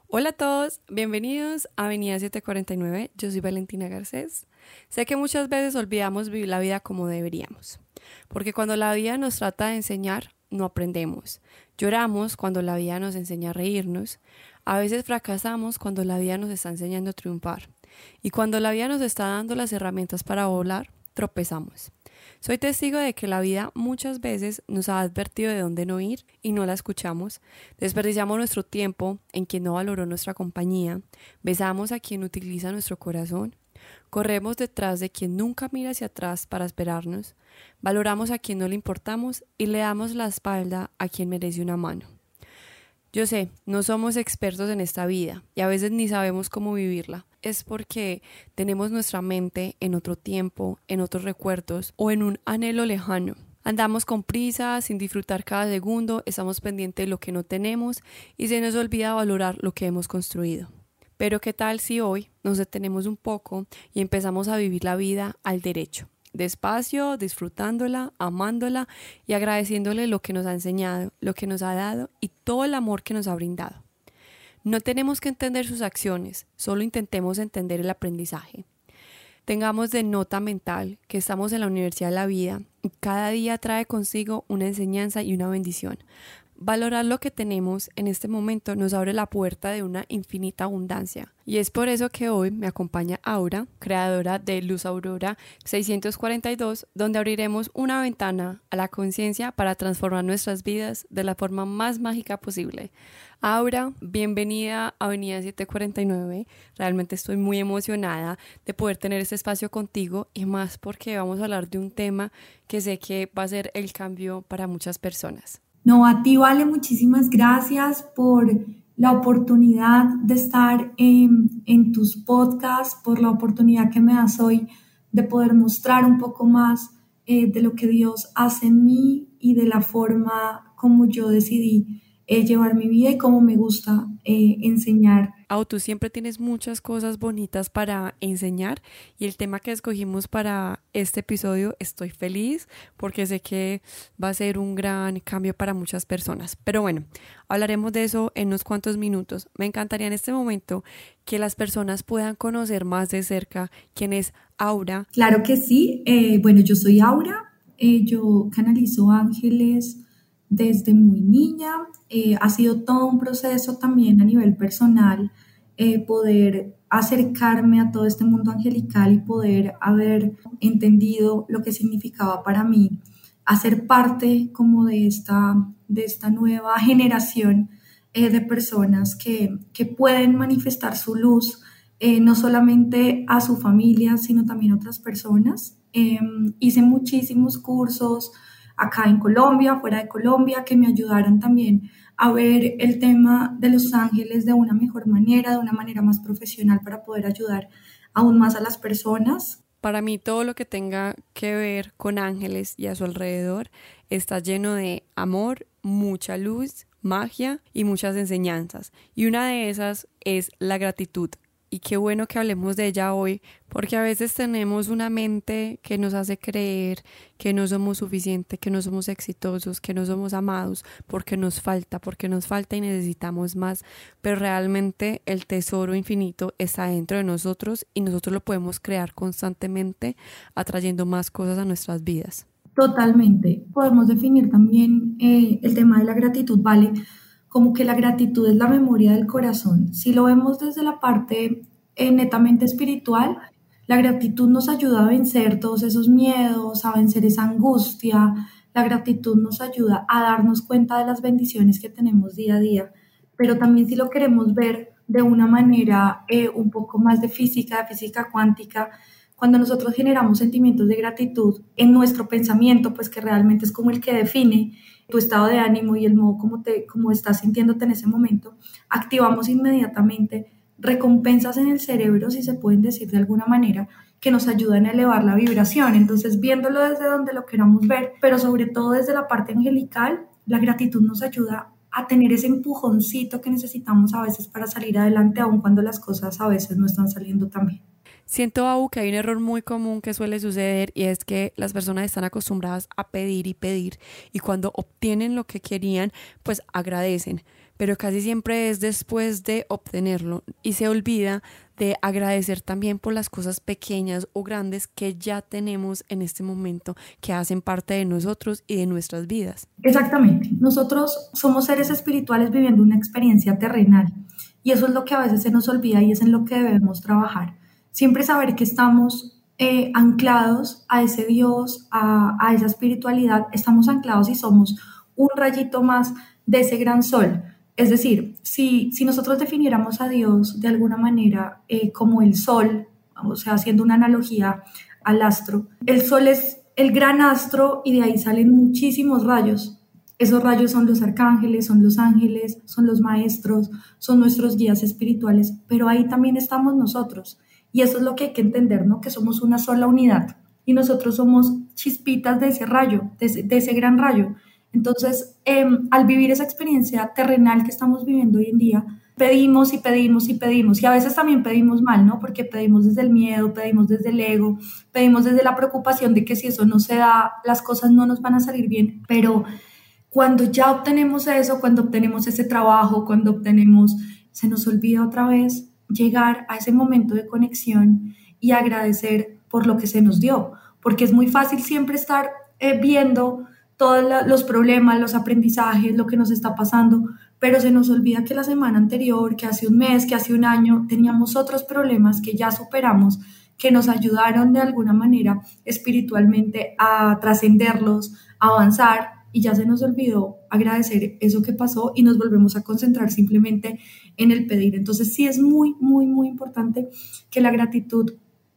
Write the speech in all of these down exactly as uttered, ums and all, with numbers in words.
Hola a todos, bienvenidos a Avenida setecientos cuarenta y nueve, yo soy Valentina Garcés. Sé que muchas veces olvidamos vivir la vida como deberíamos, porque cuando la vida nos trata de enseñar, no aprendemos. Lloramos cuando la vida nos enseña a reírnos, a veces fracasamos cuando la vida nos está enseñando a triunfar, y cuando la vida nos está dando las herramientas para volar, tropezamos. Soy testigo de que la vida muchas veces nos ha advertido de dónde no ir y no la escuchamos. Desperdiciamos nuestro tiempo en quien no valoró nuestra compañía. Besamos a quien utiliza nuestro corazón. Corremos detrás de quien nunca mira hacia atrás para esperarnos. Valoramos a quien no le importamos y le damos la espalda a quien merece una mano. Yo sé, no somos expertos en esta vida y a veces ni sabemos cómo vivirla. Es porque tenemos nuestra mente en otro tiempo, en otros recuerdos o en un anhelo lejano. Andamos con prisa, sin disfrutar cada segundo, estamos pendientes de lo que no tenemos y se nos olvida valorar lo que hemos construido. Pero ¿qué tal si hoy nos detenemos un poco y empezamos a vivir la vida al derecho? Despacio, disfrutándola, amándola y agradeciéndole lo que nos ha enseñado, lo que nos ha dado y todo el amor que nos ha brindado. No tenemos que entender sus acciones, solo intentemos entender el aprendizaje. Tengamos de nota mental que estamos en la universidad de la vida y cada día trae consigo una enseñanza y una bendición. Valorar lo que tenemos en este momento nos abre la puerta de una infinita abundancia. Y es por eso que hoy me acompaña Aura, creadora de Luz Aurora seiscientos cuarenta y dos, donde abriremos una ventana a la conciencia para transformar nuestras vidas de la forma más mágica posible. Aura, bienvenida a Avenida setecientos cuarenta y nueve. Realmente estoy muy emocionada de poder tener este espacio contigo y más porque vamos a hablar de un tema que sé que va a ser el cambio para muchas personas. No, a ti, Vale, muchísimas gracias por la oportunidad de estar en, en tus podcasts, por la oportunidad que me das hoy de poder mostrar un poco más eh, de lo que Dios hace en mí y de la forma como yo decidí eh, llevar mi vida y cómo me gusta eh, enseñar. Au, tú siempre tienes muchas cosas bonitas para enseñar y el tema que escogimos para este episodio estoy feliz porque sé que va a ser un gran cambio para muchas personas. Pero bueno, hablaremos de eso en unos cuantos minutos. Me encantaría en este momento que las personas puedan conocer más de cerca quién es Aura. Claro que sí. Eh, bueno, yo soy Aura. Eh, yo canalizo ángeles desde muy niña. Eh, ha sido todo un proceso también a nivel personal, eh, poder acercarme a todo este mundo angelical y poder haber entendido lo que significaba para mí hacer parte como de esta, de esta nueva generación eh, de personas que, que pueden manifestar su luz, eh, no solamente a su familia, sino también a otras personas. Eh, hice muchísimos cursos acá en Colombia, fuera de Colombia, que me ayudaron también a ver el tema de los ángeles de una mejor manera, de una manera más profesional para poder ayudar aún más a las personas. Para mí todo lo que tenga que ver con ángeles y a su alrededor está lleno de amor, mucha luz, magia y muchas enseñanzas. Y una de esas es la gratitud. Y qué bueno que hablemos de ella hoy, porque a veces tenemos una mente que nos hace creer que no somos suficientes, que no somos exitosos, que no somos amados, porque nos falta, porque nos falta y necesitamos más. Pero realmente el tesoro infinito está dentro de nosotros y nosotros lo podemos crear constantemente atrayendo más cosas a nuestras vidas. Totalmente. Podemos definir también eh, el tema de la gratitud, ¿vale? Como que la gratitud es la memoria del corazón. Si lo vemos desde la parte eh, netamente espiritual, la gratitud nos ayuda a vencer todos esos miedos, a vencer esa angustia. La gratitud nos ayuda a darnos cuenta de las bendiciones que tenemos día a día. Pero también si lo queremos ver de una manera eh, un poco más de física, de física cuántica, cuando nosotros generamos sentimientos de gratitud en nuestro pensamiento, pues que realmente es como el que define tu estado de ánimo y el modo como, te, como estás sintiéndote en ese momento, activamos inmediatamente recompensas en el cerebro, si se pueden decir de alguna manera, que nos ayudan a elevar la vibración. Entonces, viéndolo desde donde lo queramos ver, pero sobre todo desde la parte angelical, la gratitud nos ayuda a tener ese empujoncito que necesitamos a veces para salir adelante, aun cuando las cosas a veces no están saliendo tan bien. Siento, Abu, que hay un error muy común que suele suceder y es que las personas están acostumbradas a pedir y pedir y cuando obtienen lo que querían, pues agradecen, pero casi siempre es después de obtenerlo y se olvida de agradecer también por las cosas pequeñas o grandes que ya tenemos en este momento, que hacen parte de nosotros y de nuestras vidas. Exactamente. Nosotros somos seres espirituales viviendo una experiencia terrenal y eso es lo que a veces se nos olvida y es en lo que debemos trabajar. Siempre saber que estamos eh, anclados a ese Dios, a, a esa espiritualidad, estamos anclados y somos un rayito más de ese gran sol. Es decir, si, si nosotros definiéramos a Dios de alguna manera eh, como el sol, o sea, haciendo una analogía al astro, el sol es el gran astro y de ahí salen muchísimos rayos. Esos rayos son los arcángeles, son los ángeles, son los maestros, son nuestros guías espirituales, pero ahí también estamos nosotros. Y eso es lo que hay que entender, ¿no? Que somos una sola unidad y nosotros somos chispitas de ese rayo, de ese, de ese gran rayo. Entonces, eh, al vivir esa experiencia terrenal que estamos viviendo hoy en día, pedimos y pedimos y pedimos, y a veces también pedimos mal, ¿no? Porque pedimos desde el miedo, pedimos desde el ego, pedimos desde la preocupación de que si eso no se da, las cosas no nos van a salir bien, pero cuando ya obtenemos eso, cuando obtenemos ese trabajo, cuando obtenemos, se nos olvida otra vez llegar a ese momento de conexión y agradecer por lo que se nos dio, porque es muy fácil siempre estar eh, viendo todos los problemas, los aprendizajes, lo que nos está pasando, pero se nos olvida que la semana anterior, que hace un mes, que hace un año, teníamos otros problemas que ya superamos, que nos ayudaron de alguna manera espiritualmente a trascenderlos, a avanzar, y ya se nos olvidó agradecer eso que pasó y nos volvemos a concentrar simplemente en el pedir. Entonces sí es muy, muy, muy importante que la gratitud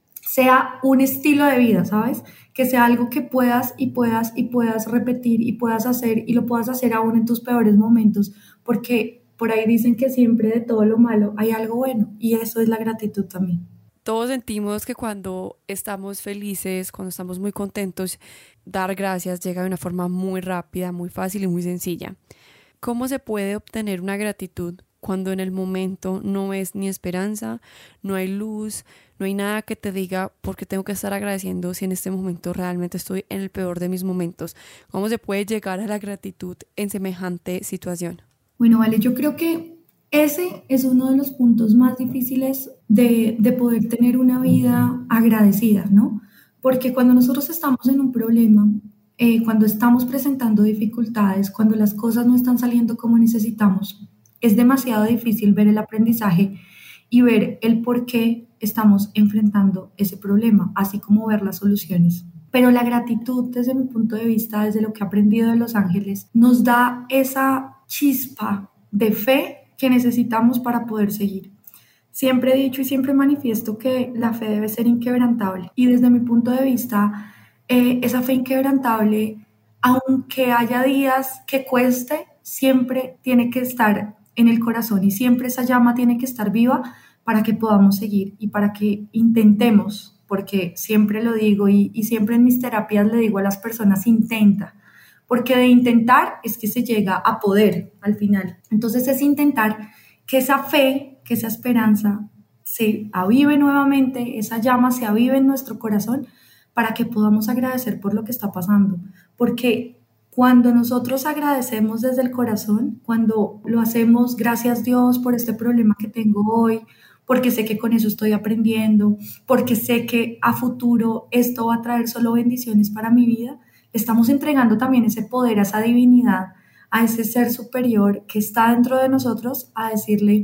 sea un estilo de vida, ¿sabes? Que sea algo que puedas y puedas y puedas repetir y puedas hacer y lo puedas hacer aún en tus peores momentos, porque por ahí dicen que siempre de todo lo malo hay algo bueno y eso es la gratitud también. Todos sentimos que cuando estamos felices, cuando estamos muy contentos, dar gracias llega de una forma muy rápida, muy fácil y muy sencilla. ¿Cómo se puede obtener una gratitud cuando en el momento no ves ni esperanza, no hay luz, no hay nada que te diga por qué tengo que estar agradeciendo si en este momento realmente estoy en el peor de mis momentos? ¿Cómo se puede llegar a la gratitud en semejante situación? Bueno, vale, yo creo que ese es uno de los puntos más difíciles de, de poder tener una vida agradecida, ¿no? Porque cuando nosotros estamos en un problema, eh, cuando estamos presentando dificultades, cuando las cosas no están saliendo como necesitamos, es demasiado difícil ver el aprendizaje y ver el por qué estamos enfrentando ese problema, así como ver las soluciones. Pero la gratitud, desde mi punto de vista, desde lo que he aprendido de los ángeles, nos da esa chispa de fe que necesitamos para poder seguir. Siempre he dicho y siempre manifiesto que la fe debe ser inquebrantable y desde mi punto de vista, eh, esa fe inquebrantable, aunque haya días que cueste, siempre tiene que estar en el corazón y siempre esa llama tiene que estar viva para que podamos seguir y para que intentemos, porque siempre lo digo y, y siempre en mis terapias le digo a las personas, intenta, porque de intentar es que se llega a poder al final. Entonces es intentar que esa fe, que esa esperanza se avive nuevamente, esa llama se avive en nuestro corazón para que podamos agradecer por lo que está pasando. Porque cuando nosotros agradecemos desde el corazón, cuando lo hacemos, gracias Dios por este problema que tengo hoy, porque sé que con eso estoy aprendiendo, porque sé que a futuro esto va a traer solo bendiciones para mi vida, estamos entregando también ese poder, a esa divinidad, a ese ser superior que está dentro de nosotros, a decirle,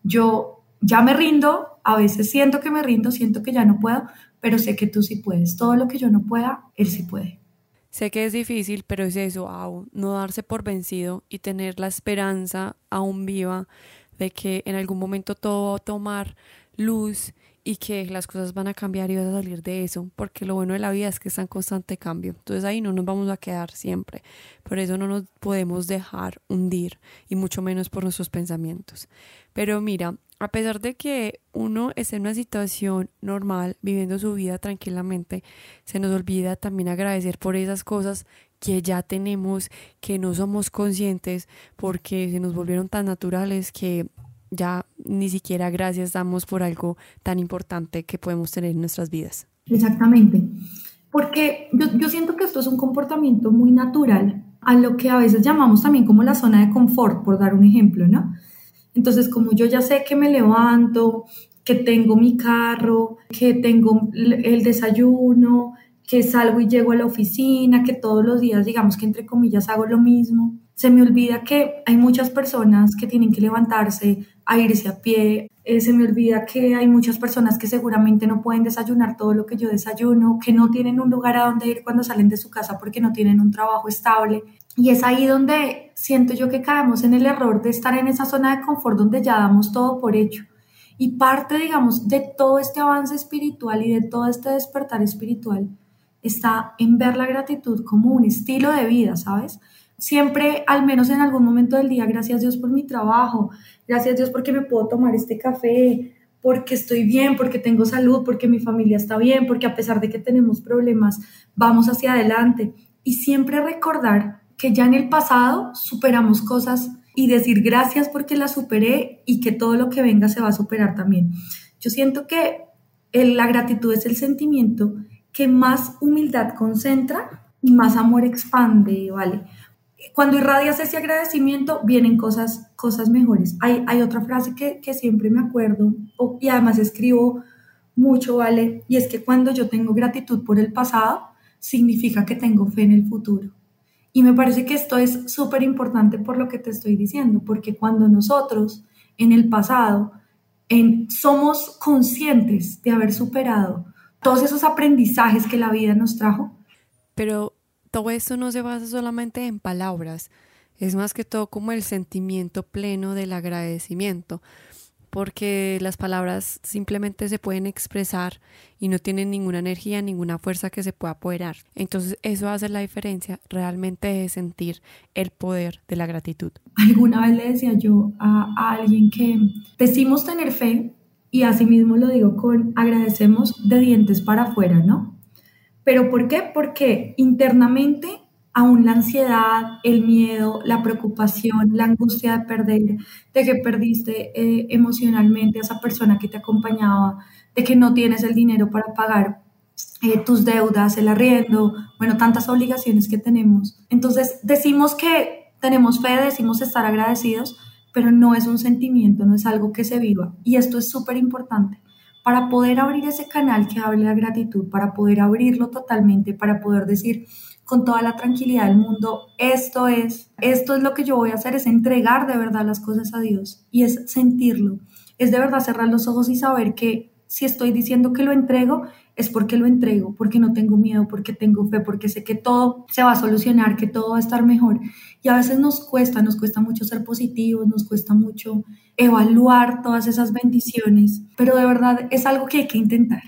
yo ya me rindo, a veces siento que me rindo, siento que ya no puedo, pero sé que tú sí puedes. Todo lo que yo no pueda, Él sí puede. Sé que es difícil, pero es eso, aún no darse por vencido y tener la esperanza aún viva de que en algún momento todo va a tomar luz y que las cosas van a cambiar y vas a salir de eso, porque lo bueno de la vida es que está en constante cambio. Entonces ahí no nos vamos a quedar siempre. Por eso no nos podemos dejar hundir y mucho menos por nuestros pensamientos. Pero mira, a pesar de que uno esté en una situación normal, viviendo su vida tranquilamente, se nos olvida también agradecer por esas cosas que ya tenemos, que no somos conscientes porque se nos volvieron tan naturales que ya ni siquiera gracias damos por algo tan importante que podemos tener en nuestras vidas. Exactamente, porque yo, yo siento que esto es un comportamiento muy natural a lo que a veces llamamos también como la zona de confort, por dar un ejemplo, ¿no? Entonces, como yo ya sé que me levanto, que tengo mi carro, que tengo el desayuno, que salgo y llego a la oficina, que todos los días, digamos que entre comillas, hago lo mismo, se me olvida que hay muchas personas que tienen que levantarse a irse a pie, eh, se me olvida que hay muchas personas que seguramente no pueden desayunar todo lo que yo desayuno, que no tienen un lugar a donde ir cuando salen de su casa porque no tienen un trabajo estable. Y es ahí donde siento yo que caemos en el error de estar en esa zona de confort donde ya damos todo por hecho. Y parte, digamos, de todo este avance espiritual y de todo este despertar espiritual está en ver la gratitud como un estilo de vida, ¿sabes? Siempre, al menos en algún momento del día, gracias Dios por mi trabajo, gracias Dios porque me puedo tomar este café, porque estoy bien, porque tengo salud, porque mi familia está bien, porque a pesar de que tenemos problemas, vamos hacia adelante. Y siempre recordar que ya en el pasado superamos cosas y decir gracias porque las superé y que todo lo que venga se va a superar también. Yo siento que el, la gratitud es el sentimiento que más humildad concentra y más amor expande, ¿vale? Cuando irradias ese agradecimiento, vienen cosas, cosas mejores. Hay, hay otra frase que, que siempre me acuerdo y además escribo mucho, ¿vale? Y es que cuando yo tengo gratitud por el pasado, significa que tengo fe en el futuro. Y me parece que esto es súper importante por lo que te estoy diciendo, porque cuando nosotros en el pasado en, somos conscientes de haber superado todos esos aprendizajes que la vida nos trajo. Pero todo esto no se basa solamente en palabras, es más que todo como el sentimiento pleno del agradecimiento, porque las palabras simplemente se pueden expresar y no tienen ninguna energía, ninguna fuerza que se pueda apoderar. Entonces eso hace la diferencia realmente de sentir el poder de la gratitud. Alguna vez le decía yo a, a alguien que decimos tener fe y asimismo lo digo con agradecemos de dientes para afuera, ¿no? ¿Pero por qué? Porque internamente aún la ansiedad, el miedo, la preocupación, la angustia de perder, de que perdiste eh, emocionalmente a esa persona que te acompañaba, de que no tienes el dinero para pagar eh, tus deudas, el arriendo, bueno, tantas obligaciones que tenemos. Entonces decimos que tenemos fe, decimos estar agradecidos, pero no es un sentimiento, no es algo que se viva. Y esto es súper importante. Para poder abrir ese canal que hable de gratitud, para poder abrirlo totalmente, para poder decir con toda la tranquilidad del mundo, esto es, esto es lo que yo voy a hacer, es entregar de verdad las cosas a Dios y es sentirlo, es de verdad cerrar los ojos y saber que si estoy diciendo que lo entrego, es porque lo entrego, porque no tengo miedo, porque tengo fe, porque sé que todo se va a solucionar, que todo va a estar mejor. Y a veces nos cuesta, nos cuesta mucho ser positivos, nos cuesta mucho evaluar todas esas bendiciones, pero de verdad es algo que hay que intentar.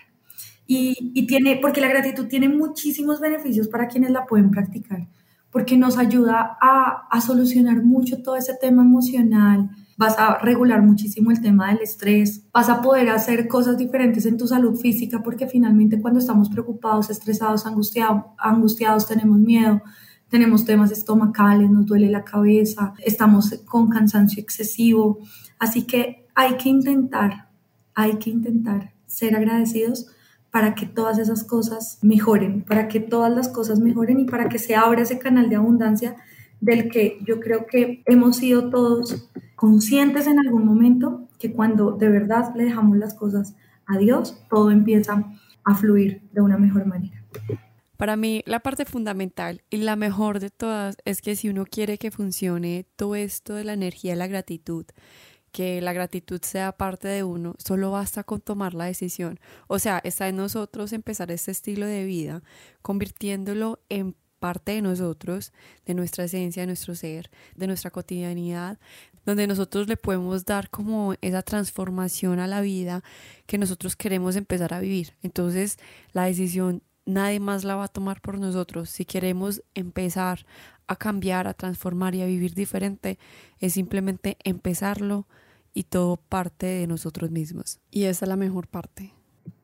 Y, y tiene, porque la gratitud tiene muchísimos beneficios para quienes la pueden practicar, porque nos ayuda a, a solucionar mucho todo ese tema emocional, vas a regular muchísimo el tema del estrés, vas a poder hacer cosas diferentes en tu salud física, porque finalmente cuando estamos preocupados, estresados, angustiados, angustiados tenemos miedo, tenemos temas estomacales, nos duele la cabeza, estamos con cansancio excesivo, así que hay que intentar, hay que intentar ser agradecidos para que todas esas cosas mejoren, para que todas las cosas mejoren y para que se abra ese canal de abundancia del que yo creo que hemos sido todos conscientes en algún momento, que cuando de verdad le dejamos las cosas a Dios, todo empieza a fluir de una mejor manera. Para mí, la parte fundamental y la mejor de todas es que si uno quiere que funcione todo esto de la energía de la gratitud, que la gratitud sea parte de uno, solo basta con tomar la decisión. O sea, está en nosotros empezar este estilo de vida, convirtiéndolo en parte de nosotros, de nuestra esencia, de nuestro ser, de nuestra cotidianidad, donde nosotros le podemos dar como esa transformación a la vida que nosotros queremos empezar a vivir. Entonces, la decisión nadie más la va a tomar por nosotros. Si queremos empezar a cambiar, a transformar y a vivir diferente, es simplemente empezarlo y todo parte de nosotros mismos. Y esa es la mejor parte.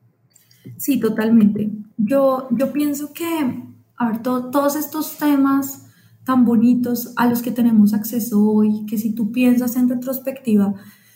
Sí, totalmente. Yo, yo pienso que, a ver, to- todos estos temas tan bonitos a los que tenemos acceso hoy, que si tú piensas en retrospectiva,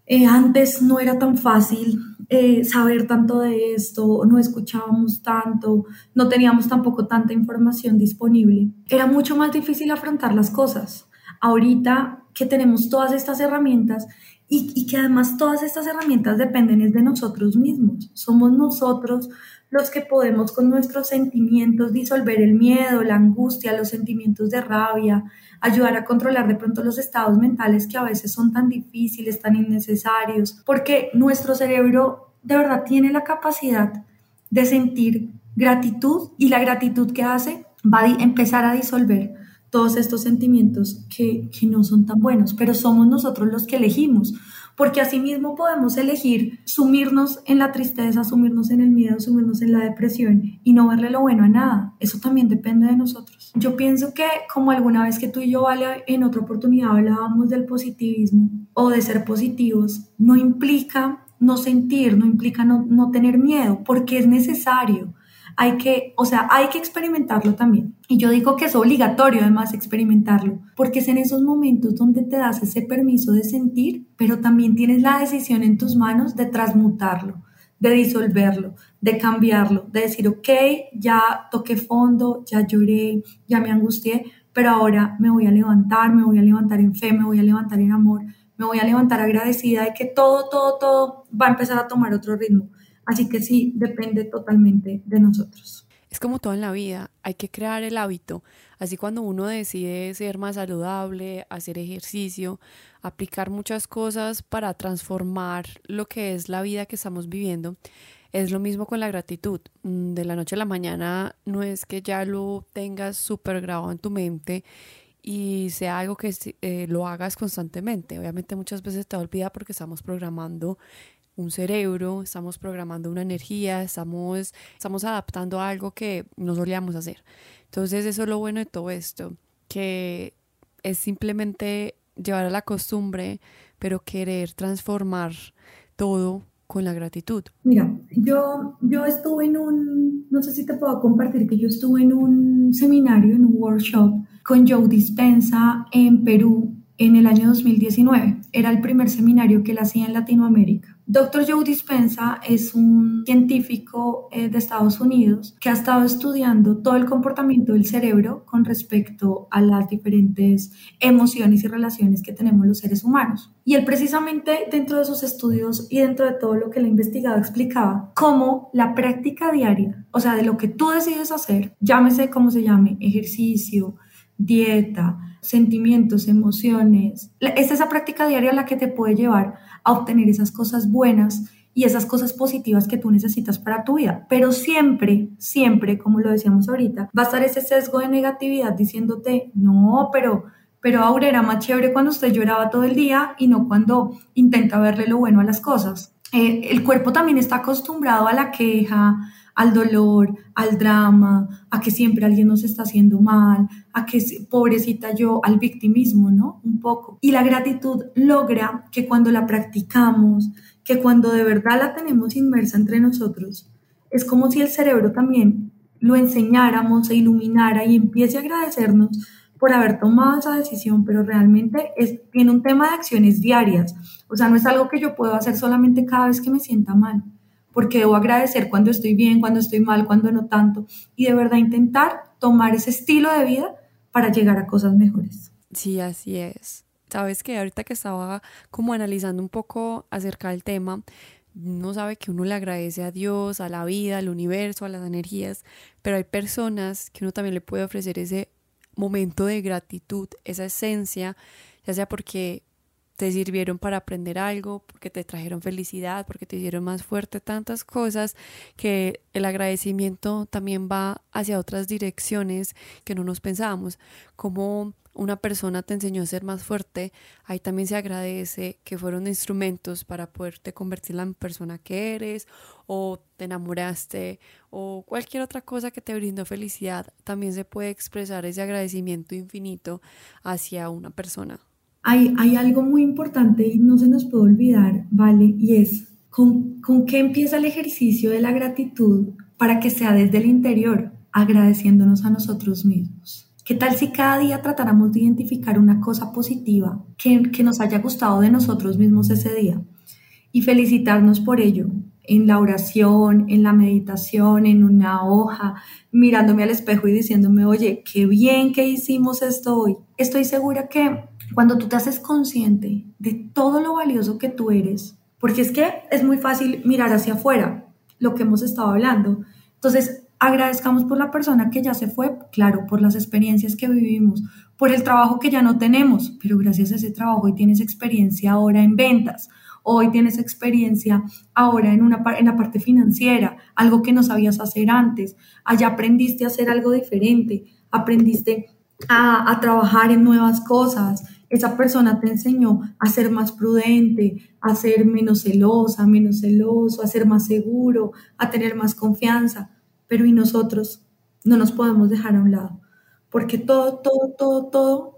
Eh, antes no era tan fácil eh, saber tanto de esto, no escuchábamos tanto, no teníamos tampoco tanta información disponible. Era mucho más difícil afrontar las cosas. Ahorita que tenemos todas estas herramientas y, y que además todas estas herramientas dependen es de nosotros mismos. Somos nosotros los que podemos con nuestros sentimientos disolver el miedo, la angustia, los sentimientos de rabia, ayudar a controlar de pronto los estados mentales que a veces son tan difíciles, tan innecesarios, porque nuestro cerebro de verdad tiene la capacidad de sentir gratitud y la gratitud que hace va a di- empezar a disolver todos estos sentimientos que, que no son tan buenos, pero somos nosotros los que elegimos, porque asimismo podemos elegir sumirnos en la tristeza, sumirnos en el miedo, sumirnos en la depresión y no verle lo bueno a nada. Eso también depende de nosotros. Yo pienso que como alguna vez que tú y yo, Vale, en otra oportunidad hablábamos del positivismo o de ser positivos, no implica no sentir, no implica no, no tener miedo, porque es necesario. Hay que, o sea, hay que experimentarlo también. Y yo digo que es obligatorio además experimentarlo, porque es en esos momentos donde te das ese permiso de sentir, pero también tienes la decisión en tus manos de transmutarlo, de disolverlo, de cambiarlo, de decir, ok, ya toqué fondo, ya lloré, ya me angustié, pero ahora me voy a levantar, me voy a levantar en fe, me voy a levantar en amor, me voy a levantar agradecida de que todo, todo, todo va a empezar a tomar otro ritmo. Así que sí, depende totalmente de nosotros. Es como todo en la vida, hay que crear el hábito. Así cuando uno decide ser más saludable, hacer ejercicio, aplicar muchas cosas para transformar lo que es la vida que estamos viviendo, es lo mismo con la gratitud. Mm, De la noche a la mañana no es que ya lo tengas súper grabado en tu mente y sea algo que eh, lo hagas constantemente. Obviamente muchas veces te olvida porque estamos programando un cerebro, estamos programando una energía, estamos, estamos adaptando a algo que no solíamos hacer. Entonces eso es lo bueno de todo esto, que es simplemente llevar a la costumbre, pero querer transformar todo con la gratitud. Mira, yo, yo estuve en un, no sé si te puedo compartir que yo estuve en un seminario, en un workshop con Joe Dispenza en Perú en el año dos mil diecinueve. Era el primer seminario que él hacía en Latinoamérica. Doctor Joe Dispenza es un científico eh, de Estados Unidos que ha estado estudiando todo el comportamiento del cerebro con respecto a las diferentes emociones y relaciones que tenemos los seres humanos. Y él precisamente dentro de sus estudios y dentro de todo lo que él ha investigado explicaba cómo la práctica diaria, o sea, de lo que tú decides hacer, llámese como se llame, ejercicio, dieta, sentimientos, emociones. Es esa práctica diaria la que te puede llevar a obtener esas cosas buenas y esas cosas positivas que tú necesitas para tu vida. Pero siempre, siempre, como lo decíamos ahorita, va a estar ese sesgo de negatividad diciéndote, no, pero, pero Aura, era más chévere cuando usted lloraba todo el día y no cuando intenta verle lo bueno a las cosas. Eh, el cuerpo también está acostumbrado a la queja, al dolor, al drama, a que siempre alguien nos está haciendo mal, a que pobrecita yo, al victimismo, ¿no? Un poco. Y la gratitud logra que cuando la practicamos, que cuando de verdad la tenemos inmersa entre nosotros, es como si el cerebro también lo enseñáramos, e iluminara y empiece a agradecernos por haber tomado esa decisión, pero realmente es, tiene un tema de acciones diarias. O sea, no es algo que yo puedo hacer solamente cada vez que me sienta mal, porque debo agradecer cuando estoy bien, cuando estoy mal, cuando no tanto, y de verdad intentar tomar ese estilo de vida para llegar a cosas mejores. Sí, así es. Sabes que ahorita que estaba como analizando un poco acerca del tema, uno sabe que uno le agradece a Dios, a la vida, al universo, a las energías, pero hay personas que uno también le puede ofrecer ese momento de gratitud, esa esencia, ya sea porque te sirvieron para aprender algo, porque te trajeron felicidad, porque te hicieron más fuerte, tantas cosas que el agradecimiento también va hacia otras direcciones que no nos pensábamos. Como una persona te enseñó a ser más fuerte, ahí también se agradece que fueron instrumentos para poderte convertir en la persona que eres, o te enamoraste, o cualquier otra cosa que te brindó felicidad, también se puede expresar ese agradecimiento infinito hacia una persona. Hay, hay algo muy importante y no se nos puede olvidar, ¿vale? Y es con, con qué empieza el ejercicio de la gratitud para que sea desde el interior, agradeciéndonos a nosotros mismos. ¿Qué tal si cada día tratáramos de identificar una cosa positiva que, que nos haya gustado de nosotros mismos ese día? y felicitarnos por ello, en la oración, en la meditación, en una hoja, mirándome al espejo y diciéndome, oye, qué bien que hicimos esto hoy. Estoy segura que cuando tú te haces consciente de todo lo valioso que tú eres, porque es que es muy fácil mirar hacia afuera, lo que hemos estado hablando. Entonces, agradezcamos por la persona que ya se fue, claro, por las experiencias que vivimos, por el trabajo que ya no tenemos, pero gracias a ese trabajo hoy tienes experiencia ahora en ventas, hoy tienes experiencia ahora en, una, en la parte financiera, algo que no sabías hacer antes, allá aprendiste a hacer algo diferente, aprendiste a, a trabajar en nuevas cosas, esa persona te enseñó a ser más prudente, a ser menos celosa, menos celoso, a ser más seguro, a tener más confianza, pero y nosotros no nos podemos dejar a un lado, porque todo, todo, todo, todo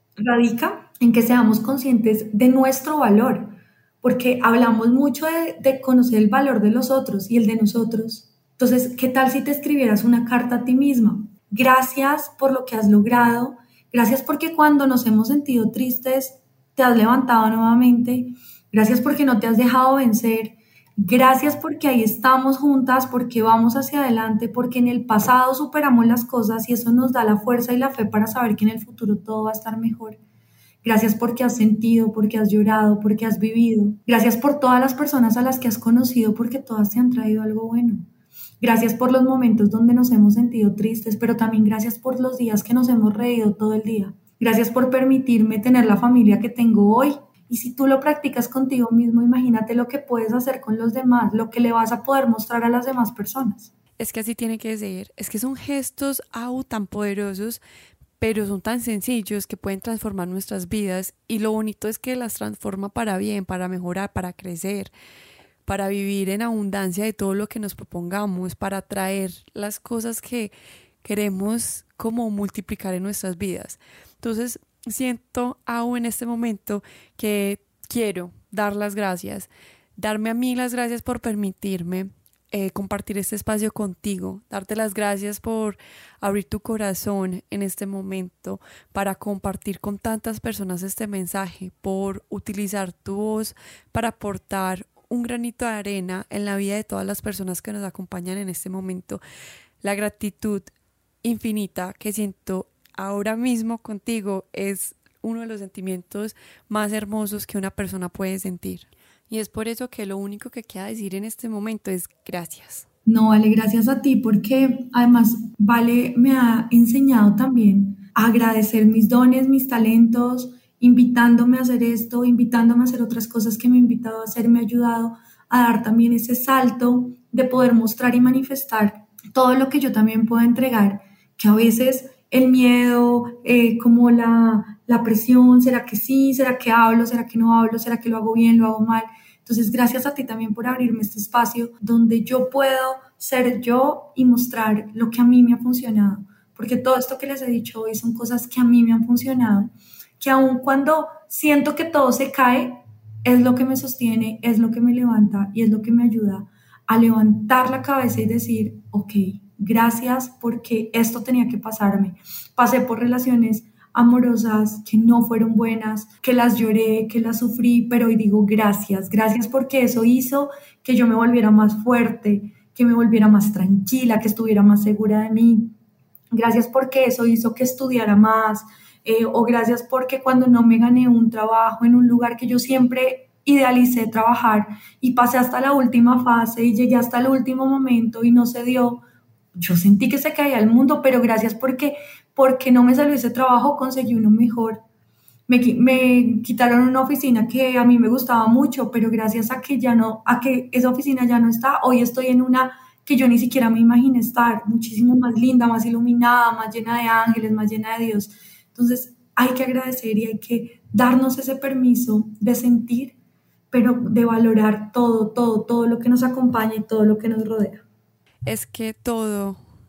radica en que seamos conscientes de nuestro valor, porque hablamos mucho de, de conocer el valor de los otros y el de nosotros. Entonces, ¿qué tal si te escribieras una carta a ti misma? Gracias por lo que has logrado, gracias porque cuando nos hemos sentido tristes te has levantado nuevamente, gracias porque no te has dejado vencer, gracias porque ahí estamos juntas, porque vamos hacia adelante, porque en el pasado superamos las cosas y eso nos da la fuerza y la fe para saber que en el futuro todo va a estar mejor. Gracias porque has sentido, porque has llorado, porque has vivido. Gracias por todas las personas a las que has conocido, porque todas te han traído algo bueno. Gracias por los momentos donde nos hemos sentido tristes, pero también gracias por los días que nos hemos reído todo el día. Gracias por permitirme tener la familia que tengo hoy. Y si tú lo practicas contigo mismo, imagínate lo que puedes hacer con los demás, lo que le vas a poder mostrar a las demás personas. Es que así tiene que ser. Es que son gestos au tan poderosos, pero son tan sencillos que pueden transformar nuestras vidas y lo bonito es que las transforma para bien, para mejorar, para crecer, para vivir en abundancia de todo lo que nos propongamos, para traer las cosas que queremos como multiplicar en nuestras vidas. Entonces siento aún en este momento que quiero dar las gracias, darme a mí las gracias por permitirme Eh, compartir este espacio contigo, darte las gracias por abrir tu corazón en este momento para compartir con tantas personas este mensaje, por utilizar tu voz para aportar un granito de arena en la vida de todas las personas que nos acompañan en este momento. La gratitud infinita que siento ahora mismo contigo es uno de los sentimientos más hermosos que una persona puede sentir. Y es por eso que lo único que queda decir en este momento es gracias. No, Vale, gracias a ti porque además Vale me ha enseñado también a agradecer mis dones, mis talentos, invitándome a hacer esto, invitándome a hacer otras cosas que me ha invitado a hacer, me ha ayudado a dar también ese salto de poder mostrar y manifestar todo lo que yo también puedo entregar, que a veces el miedo, eh, como la, la presión, ¿será que sí? ¿Será que hablo? ¿Será que no hablo? ¿Será que lo hago bien? ¿Lo hago mal? Entonces, gracias a ti también por abrirme este espacio donde yo puedo ser yo y mostrar lo que a mí me ha funcionado. Porque todo esto que les he dicho hoy son cosas que a mí me han funcionado, que aun cuando siento que todo se cae, es lo que me sostiene, es lo que me levanta y es lo que me ayuda a levantar la cabeza y decir, ok, gracias porque esto tenía que pasarme. Pasé por relaciones amorosas que no fueron buenas, que las lloré, que las sufrí, pero hoy digo gracias, gracias porque eso hizo que yo me volviera más fuerte, que me volviera más tranquila, que estuviera más segura de mí. Gracias porque eso hizo que estudiara más, eh, o gracias porque cuando no me gané un trabajo en un lugar que yo siempre idealicé trabajar y pasé hasta la última fase y llegué hasta el último momento y no se dio, yo sentí que se caía el mundo, pero gracias porque, porque no me salió ese trabajo, conseguí uno mejor. Me, me quitaron una oficina que a mí me gustaba mucho, pero gracias a que ya no, a que esa oficina ya no está, hoy estoy en una que yo ni siquiera me imaginé estar, muchísimo más linda, más iluminada, más llena de ángeles, más llena de Dios. Entonces hay que agradecer y hay que darnos ese permiso de sentir, pero de valorar todo, todo, todo lo que nos acompaña y todo lo que nos rodea. Es que todo,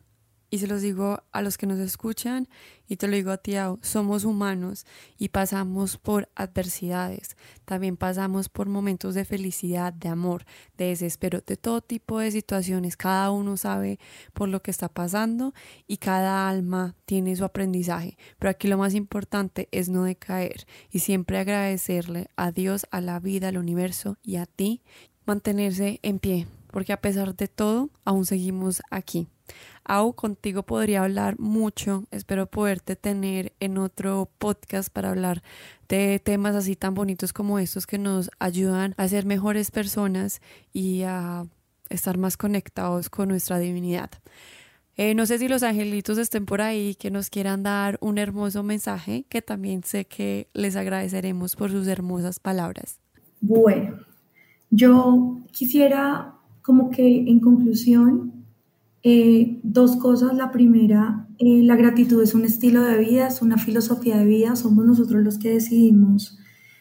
Y se los digo a los que nos escuchan y te lo digo a ti, Au, somos humanos y pasamos por adversidades. También pasamos por momentos de felicidad, de amor, de desespero, de todo tipo de situaciones. Cada uno sabe por lo que está pasando y cada alma tiene su aprendizaje. Pero aquí lo más importante es no decaer y siempre agradecerle a Dios, a la vida, al universo y a ti, mantenerse en pie, porque a pesar de todo, aún seguimos aquí. Au, contigo podría hablar mucho, espero poderte tener en otro podcast para hablar de temas así tan bonitos como estos que nos ayudan a ser mejores personas y a estar más conectados con nuestra divinidad. Eh, no sé si los angelitos estén por ahí, que nos quieran dar un hermoso mensaje, que también sé que les agradeceremos por sus hermosas palabras. Bueno, yo quisiera como que en conclusión Eh, dos cosas. La primera, eh, la gratitud es un estilo de vida, es una filosofía de vida, somos nosotros los que decidimos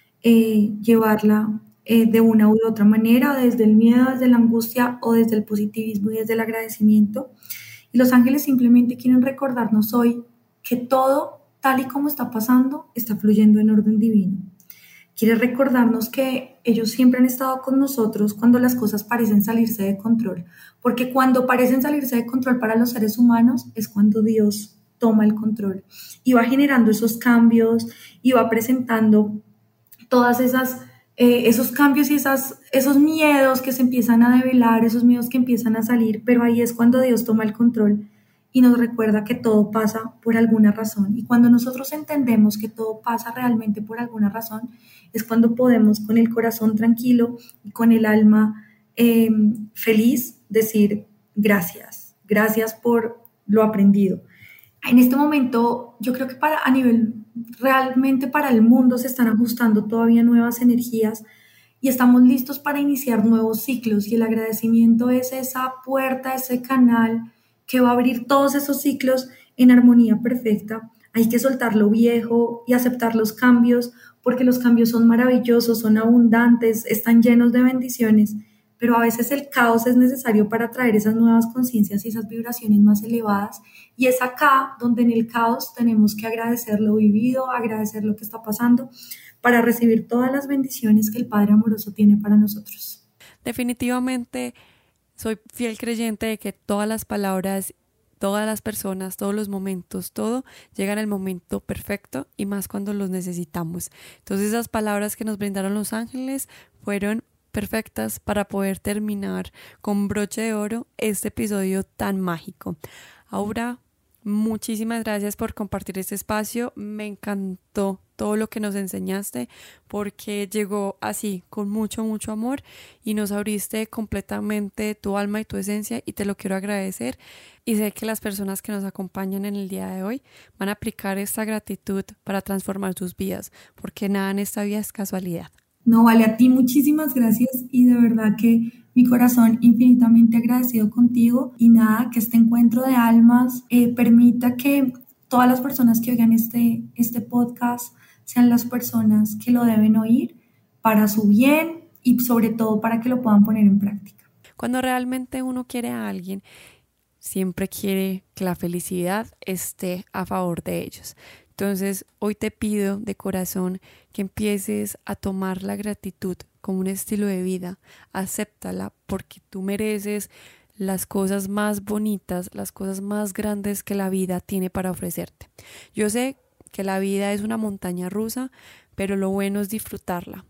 eh, llevarla eh, de una u otra manera, desde el miedo, desde la angustia o desde el positivismo y desde el agradecimiento. Y los ángeles simplemente quieren recordarnos hoy que todo, tal y como está pasando, está fluyendo en orden divino. Quiere recordarnos que ellos siempre han estado con nosotros cuando las cosas parecen salirse de control, porque cuando parecen salirse de control para los seres humanos es cuando Dios toma el control y va generando esos cambios y va presentando todas esas eh, esos cambios y esas, esos miedos que se empiezan a develar, esos miedos que empiezan a salir, pero ahí es cuando Dios toma el control y nos recuerda que todo pasa por alguna razón. Y cuando nosotros entendemos que todo pasa realmente por alguna razón, es cuando podemos con el corazón tranquilo y con el alma eh, feliz decir gracias, gracias por lo aprendido. En este momento, yo creo que para, a nivel realmente para el mundo se están ajustando todavía nuevas energías y estamos listos para iniciar nuevos ciclos, y el agradecimiento es esa puerta, ese canal que va a abrir todos esos ciclos en armonía perfecta. Hay que soltar lo viejo y aceptar los cambios, porque los cambios son maravillosos, son abundantes, están llenos de bendiciones, pero a veces el caos es necesario para traer esas nuevas conciencias y esas vibraciones más elevadas, y es acá donde en el caos tenemos que agradecer lo vivido, agradecer lo que está pasando, para recibir todas las bendiciones que el Padre amoroso tiene para nosotros. Definitivamente soy fiel creyente de que todas las palabras, todas las personas, todos los momentos, todo llega en el momento perfecto y más cuando los necesitamos. Entonces esas palabras que nos brindaron los ángeles fueron perfectas para poder terminar con broche de oro este episodio tan mágico. Ahora, muchísimas gracias por compartir este espacio. Me encantó todo lo que nos enseñaste porque llegó así, con mucho, mucho amor, y nos abriste completamente tu alma y tu esencia, y te lo quiero agradecer. Y sé que las personas que nos acompañan en el día de hoy van a aplicar esta gratitud para transformar sus vidas, porque nada en esta vida es casualidad. No, vale, a ti muchísimas gracias, y de verdad que mi corazón infinitamente agradecido contigo, y nada, que este encuentro de almas eh, permita que todas las personas que oigan este, este podcast sean las personas que lo deben oír para su bien y sobre todo para que lo puedan poner en práctica. Cuando realmente uno quiere a alguien, siempre quiere que la felicidad esté a favor de ellos. Entonces, hoy te pido de corazón que empieces a tomar la gratitud como un estilo de vida. Acéptala, porque tú mereces las cosas más bonitas, las cosas más grandes que la vida tiene para ofrecerte. Yo sé que la vida es una montaña rusa, pero lo bueno es disfrutarla.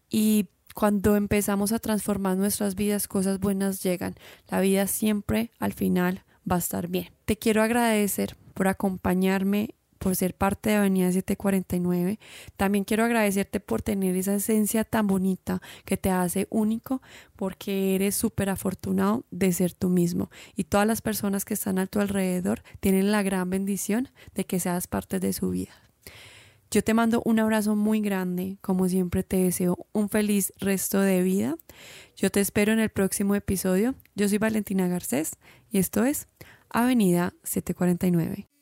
Y cuando empezamos a transformar nuestras vidas, cosas buenas llegan. La vida siempre al final va a estar bien. Te quiero agradecer por acompañarme, por ser parte de Avenida setecientos cuarenta y nueve. También quiero agradecerte por tener esa esencia tan bonita que te hace único, porque eres súper afortunado de ser tú mismo, y todas las personas que están a tu alrededor tienen la gran bendición de que seas parte de su vida. Yo te mando un abrazo muy grande, como siempre te deseo un feliz resto de vida. Yo te espero en el próximo episodio. Yo soy Valentina Garcés y esto es Avenida setecientos cuarenta y nueve.